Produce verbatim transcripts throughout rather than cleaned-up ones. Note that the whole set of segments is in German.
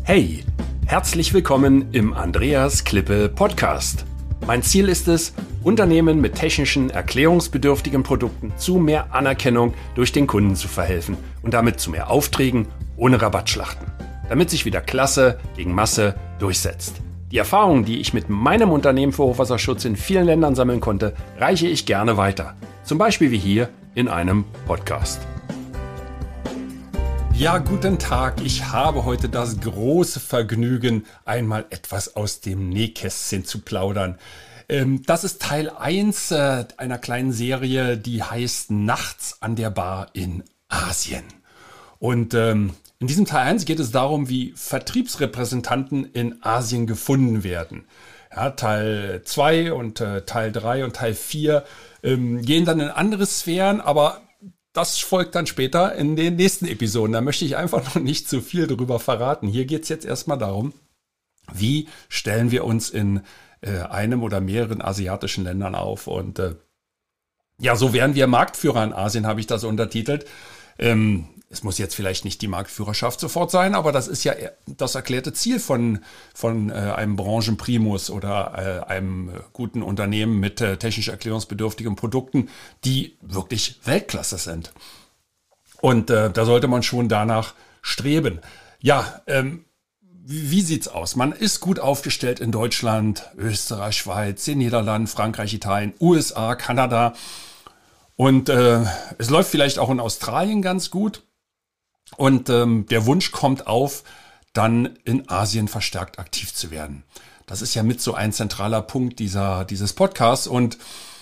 Hey, herzlich willkommen im Andreas Klippe Podcast. Mein Ziel ist es, Unternehmen mit technischen, erklärungsbedürftigen Produkten zu mehr Anerkennung durch den Kunden zu verhelfen und damit zu mehr Aufträgen ohne Rabattschlachten, damit sich wieder Klasse gegen Masse durchsetzt. Die Erfahrungen, die ich mit meinem Unternehmen für Hochwasserschutz in vielen Ländern sammeln konnte, reiche ich gerne weiter. Zum Beispiel wie hier in einem Podcast. Ja, guten Tag. Ich habe heute das große Vergnügen, einmal etwas aus dem Nähkästchen zu plaudern. Das ist Teil eins einer kleinen Serie, die heißt Nachts an der Bar in Asien. Und ähm, in diesem Teil eins geht es darum, wie Vertriebsrepräsentanten in Asien gefunden werden. Ja, Teil zwei und äh, Teil drei und Teil vier ähm, gehen dann in andere Sphären, aber das folgt dann später in den nächsten Episoden. Da möchte ich einfach noch nicht zu viel darüber verraten. Hier geht es jetzt erstmal darum, wie stellen wir uns in äh, einem oder mehreren asiatischen Ländern auf. Und äh, ja, so werden wir Marktführer in Asien, habe ich das untertitelt. Ähm, es muss jetzt vielleicht nicht die Marktführerschaft sofort sein, aber das ist ja das erklärte Ziel von, von äh, einem Branchenprimus oder äh, einem guten Unternehmen mit äh, technisch erklärungsbedürftigen Produkten, die wirklich Weltklasse sind. Und äh, da sollte man schon danach streben. Ja, ähm, wie, wie sieht's aus? Man ist gut aufgestellt in Deutschland, Österreich, Schweiz, den Niederlanden, Frankreich, Italien, U S A, Kanada. Und äh, es läuft vielleicht auch in Australien ganz gut. Und ähm, der Wunsch kommt auf, dann in Asien verstärkt aktiv zu werden. Das ist ja mit so ein zentraler Punkt dieser dieses Podcasts. Und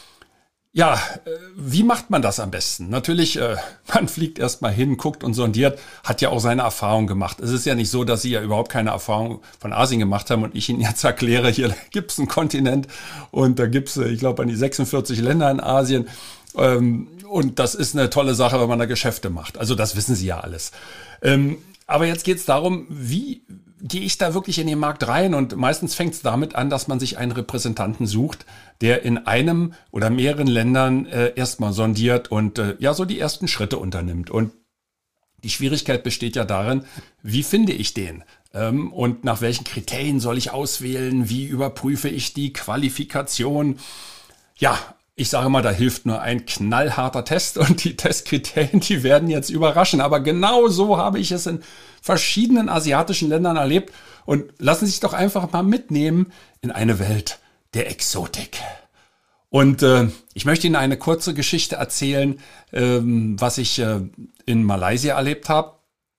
ja, äh, wie macht man das am besten? Natürlich, äh, man fliegt erstmal hin, guckt und sondiert, hat ja auch seine Erfahrung gemacht. Es ist ja nicht so, dass Sie ja überhaupt keine Erfahrung von Asien gemacht haben und ich Ihnen jetzt erkläre, hier gibt's einen Kontinent und da gibt's, ich glaube, an die sechsundvierzig Länder in Asien. Und das ist eine tolle Sache, wenn man da Geschäfte macht. Also das wissen Sie ja alles. Aber jetzt geht es darum, wie gehe ich da wirklich in den Markt rein? Und meistens fängt es damit an, dass man sich einen Repräsentanten sucht, der in einem oder mehreren Ländern äh, erstmal sondiert und äh, ja so die ersten Schritte unternimmt. Und die Schwierigkeit besteht ja darin, wie finde ich den? Ähm, und nach welchen Kriterien soll ich auswählen? Wie überprüfe ich die Qualifikation? Ja, ich sage mal, da hilft nur ein knallharter Test und die Testkriterien, die werden jetzt überraschen. Aber genau so habe ich es in verschiedenen asiatischen Ländern erlebt. Und lassen Sie sich doch einfach mal mitnehmen in eine Welt der Exotik. Und äh, ich möchte Ihnen eine kurze Geschichte erzählen, ähm, was ich äh, in Malaysia erlebt habe.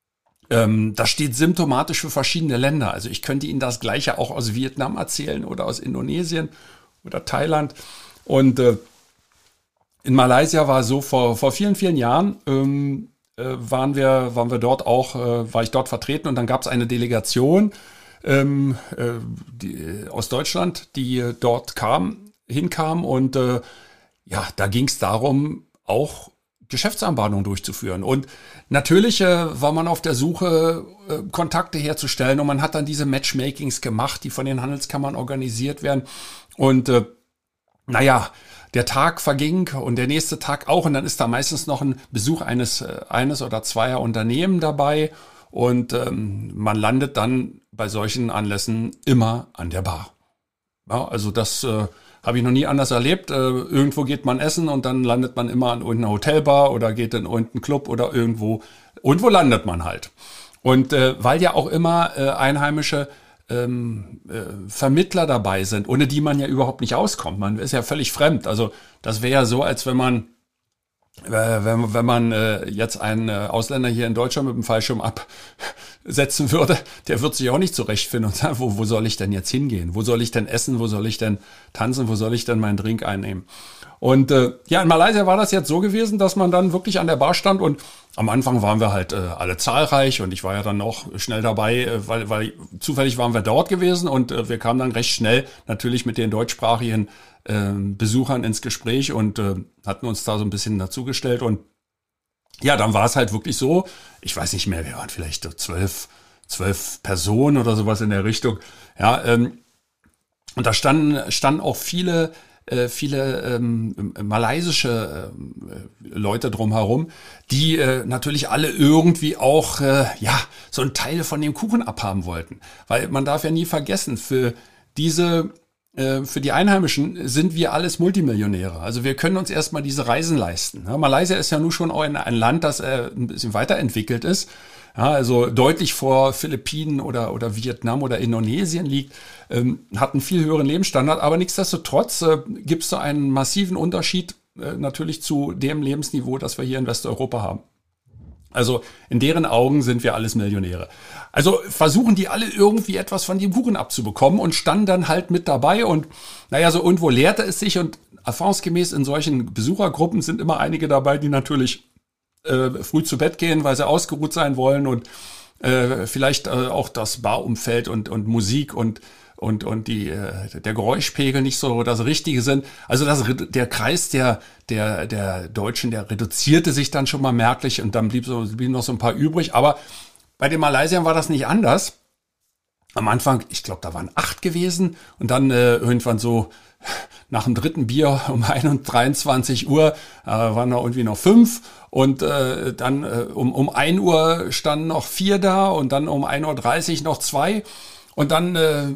Ähm, das steht symptomatisch für verschiedene Länder. Also ich könnte Ihnen das Gleiche auch aus Vietnam erzählen oder aus Indonesien oder Thailand. Und äh, in Malaysia war so, vor, vor vielen, vielen Jahren ähm, äh, waren wir, waren wir dort auch, äh, war ich dort vertreten und dann gab es eine Delegation ähm, äh, die, aus Deutschland, die äh, dort kam, hinkam und äh, ja, da ging es darum, auch Geschäftsanbahnungen durchzuführen. Und natürlich äh, war man auf der Suche, äh, Kontakte herzustellen und man hat dann diese Matchmakings gemacht, die von den Handelskammern organisiert werden und äh, Naja, der Tag verging und der nächste Tag auch und dann ist da meistens noch ein Besuch eines eines oder zweier Unternehmen dabei und ähm, man landet dann bei solchen Anlässen immer an der Bar. Ja, also das äh, habe ich noch nie anders erlebt. Äh, irgendwo geht man essen und dann landet man immer an irgendeiner Hotelbar oder geht in irgendeinen Club oder irgendwo. Irgendwo landet man halt. Und äh, weil ja auch immer äh, Einheimische Ähm, äh, Vermittler dabei sind, ohne die man ja überhaupt nicht auskommt. Man ist ja völlig fremd. Also das wäre ja so, als wenn man äh, wenn, wenn man äh, jetzt einen äh, Ausländer hier in Deutschland mit dem Fallschirm absetzen würde, der wird sich auch nicht zurechtfinden und sagen, wo, wo soll ich denn jetzt hingehen? Wo soll ich denn essen? Wo soll ich denn tanzen? Wo soll ich denn meinen Drink einnehmen? Und äh, ja, in Malaysia war das jetzt so gewesen, dass man dann wirklich an der Bar stand und am Anfang waren wir halt äh, alle zahlreich und ich war ja dann auch schnell dabei, äh, weil, weil zufällig waren wir dort gewesen und äh, wir kamen dann recht schnell natürlich mit den deutschsprachigen äh, Besuchern ins Gespräch und äh, hatten uns da so ein bisschen dazugestellt und ja, dann war es halt wirklich so, ich weiß nicht mehr, wir waren vielleicht so zwölf, zwölf Personen oder sowas in der Richtung, ja, ähm, und da standen, standen auch viele äh, viele ähm, malaysische äh, Leute drumherum, die äh, natürlich alle irgendwie auch äh, ja so einen Teil von dem Kuchen abhaben wollten. Weil man darf ja nie vergessen, für diese für die Einheimischen sind wir alles Multimillionäre. Also wir können uns erstmal diese Reisen leisten. Ja, Malaysia ist ja nun schon ein, ein Land, das äh, ein bisschen weiterentwickelt ist. Ja, also deutlich vor Philippinen oder, oder Vietnam oder Indonesien liegt, ähm, hat einen viel höheren Lebensstandard. Aber nichtsdestotrotz äh, gibt es so einen massiven Unterschied äh, natürlich zu dem Lebensniveau, das wir hier in Westeuropa haben. Also in deren Augen sind wir alles Millionäre. Also versuchen die alle irgendwie etwas von dem Kuchen abzubekommen und standen dann halt mit dabei. Und naja, so irgendwo lehrte es sich. Und erfahrungsgemäß in solchen Besuchergruppen sind immer einige dabei, die natürlich äh, früh zu Bett gehen, weil sie ausgeruht sein wollen und äh, vielleicht äh, auch das Barumfeld und, und Musik und und und die äh, der Geräuschpegel nicht so das Richtige sind. Also das der Kreis der der der Deutschen, der reduzierte sich dann schon mal merklich und dann blieb so blieben noch so ein paar übrig. Aber bei den Malaysiern war das nicht anders. Am Anfang, ich glaube, da waren acht gewesen und dann äh, irgendwann so nach dem dritten Bier um dreiundzwanzig Uhr äh, waren noch irgendwie noch fünf und äh, dann äh, um um ein Uhr standen noch vier da und dann um ein Uhr dreißig noch zwei. Und dann äh,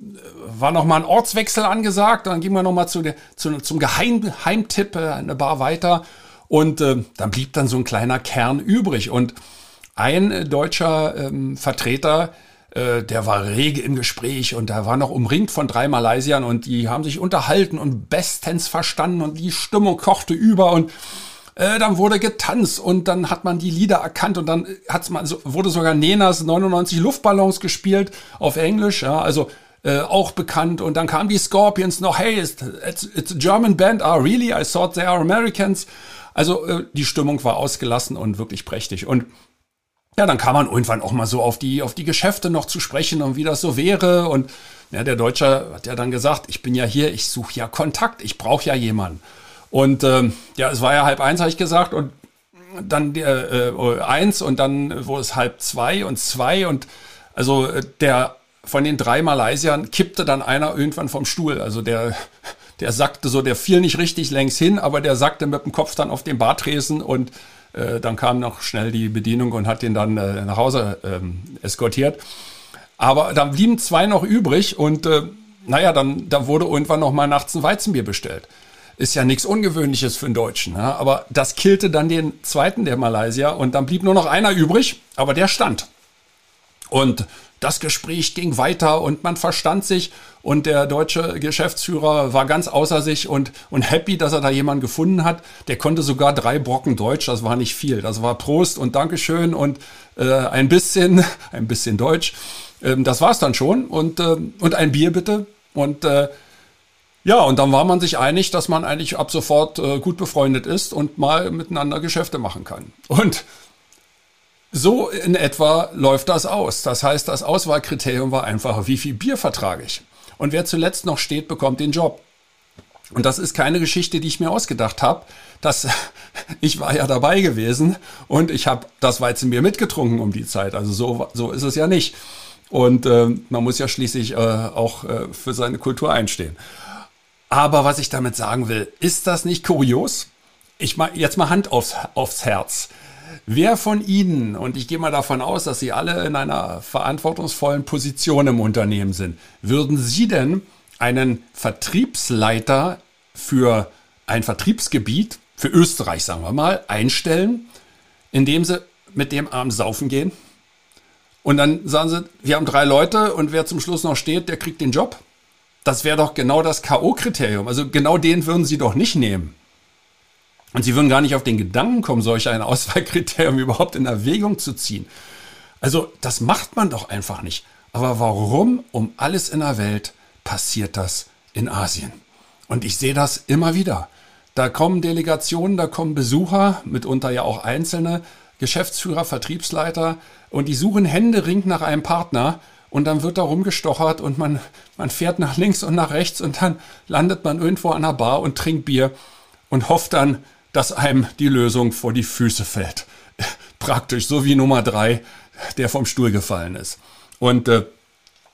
war noch mal ein Ortswechsel angesagt. Dann gingen wir noch mal zu der, zu, zum Geheim, Heimtipp äh, eine Bar weiter. Und äh, dann blieb dann so ein kleiner Kern übrig. Und ein äh, deutscher ähm, Vertreter, äh, der war rege im Gespräch und der war noch umringt von drei Malaysiern. Und die haben sich unterhalten und bestens verstanden. Und die Stimmung kochte über und Äh, dann wurde getanzt und dann hat man die Lieder erkannt und dann hat's man so, wurde sogar Nenas neunundneunzig Luftballons gespielt auf Englisch, ja, also äh, auch bekannt. Und dann kamen die Scorpions noch, hey, it's, it's, it's a German band, ah really, I thought they are Americans. Also äh, die Stimmung war ausgelassen und wirklich prächtig. Und ja, dann kam man irgendwann auch mal so auf die auf die Geschäfte noch zu sprechen und wie das so wäre. Und ja, der Deutsche hat ja dann gesagt, ich bin ja hier, ich suche ja Kontakt, ich brauche ja jemanden. Und ähm, ja, es war ja halb eins, habe ich gesagt, und dann äh, äh, eins und dann wurde es halb zwei und zwei und also äh, der von den drei Malaysiern kippte dann einer irgendwann vom Stuhl. Also der der sackte so, der fiel nicht richtig längs hin, aber der sackte mit dem Kopf dann auf den Bartresen und äh, dann kam noch schnell die Bedienung und hat den dann äh, nach Hause ähm, eskortiert. Aber dann blieben zwei noch übrig und äh, naja, dann, dann wurde irgendwann noch mal nachts ein Weizenbier bestellt. Ist ja nichts Ungewöhnliches für einen Deutschen, ja? Aber das killte dann den zweiten der Malaysier und dann blieb nur noch einer übrig, aber der stand. Und das Gespräch ging weiter und man verstand sich und der deutsche Geschäftsführer war ganz außer sich und, und happy, dass er da jemanden gefunden hat. Der konnte sogar drei Brocken Deutsch, das war nicht viel. Das war Prost und Dankeschön und äh, ein bisschen, ein bisschen Deutsch. Ähm, das war's dann schon und, äh, und ein Bier bitte und äh, ja, und dann war man sich einig, dass man eigentlich ab sofort äh, gut befreundet ist und mal miteinander Geschäfte machen kann. Und so in etwa läuft das aus. Das heißt, das Auswahlkriterium war einfach, wie viel Bier vertrage ich? Und wer zuletzt noch steht, bekommt den Job. Und das ist keine Geschichte, die ich mir ausgedacht habe. Das, ich war ja dabei gewesen und ich habe das Weizenbier mitgetrunken um die Zeit. Also so, so ist es ja nicht. Und äh, man muss ja schließlich äh, auch äh, für seine Kultur einstehen. Aber was ich damit sagen will, ist das nicht kurios? Ich mal jetzt mal Hand aufs, aufs Herz. Wer von Ihnen, und ich gehe mal davon aus, dass Sie alle in einer verantwortungsvollen Position im Unternehmen sind, würden Sie denn einen Vertriebsleiter für ein Vertriebsgebiet, für Österreich sagen wir mal, einstellen, indem Sie mit dem abends saufen gehen? Und dann sagen Sie, wir haben drei Leute und wer zum Schluss noch steht, der kriegt den Job? Das wäre doch genau das K O-Kriterium. Also genau den würden Sie doch nicht nehmen. Und Sie würden gar nicht auf den Gedanken kommen, solch ein Auswahlkriterium überhaupt in Erwägung zu ziehen. Also das macht man doch einfach nicht. Aber warum um alles in der Welt passiert das in Asien? Und ich sehe das immer wieder. Da kommen Delegationen, da kommen Besucher, mitunter ja auch einzelne Geschäftsführer, Vertriebsleiter und die suchen händeringend nach einem Partner. Und dann wird da rumgestochert und man, man fährt nach links und nach rechts und dann landet man irgendwo an einer Bar und trinkt Bier und hofft dann, dass einem die Lösung vor die Füße fällt. Praktisch, so wie Nummer drei, der vom Stuhl gefallen ist. Und äh,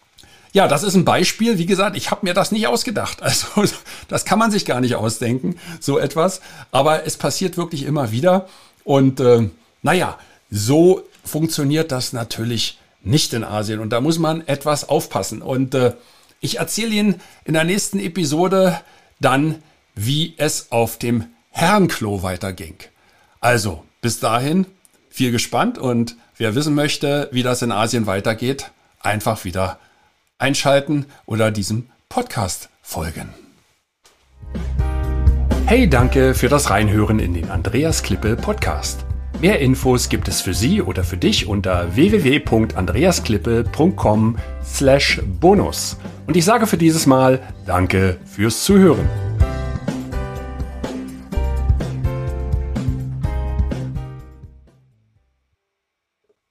Ja, das ist ein Beispiel. Wie gesagt, ich habe mir das nicht ausgedacht. Also das kann man sich gar nicht ausdenken, so etwas. Aber es passiert wirklich immer wieder. Und äh, naja, so funktioniert das natürlich nicht in Asien. Und da muss man etwas aufpassen. Und äh, ich erzähle Ihnen in der nächsten Episode dann, wie es auf dem Herrenklo weiterging. Also, bis dahin, viel gespannt. Und wer wissen möchte, wie das in Asien weitergeht, einfach wieder einschalten oder diesem Podcast folgen. Hey, danke für das Reinhören in den Andreas Klippe Podcast. Mehr Infos gibt es für Sie oder für dich unter w w w punkt andreasklippe punkt com slash bonus. Und ich sage für dieses Mal Danke fürs Zuhören.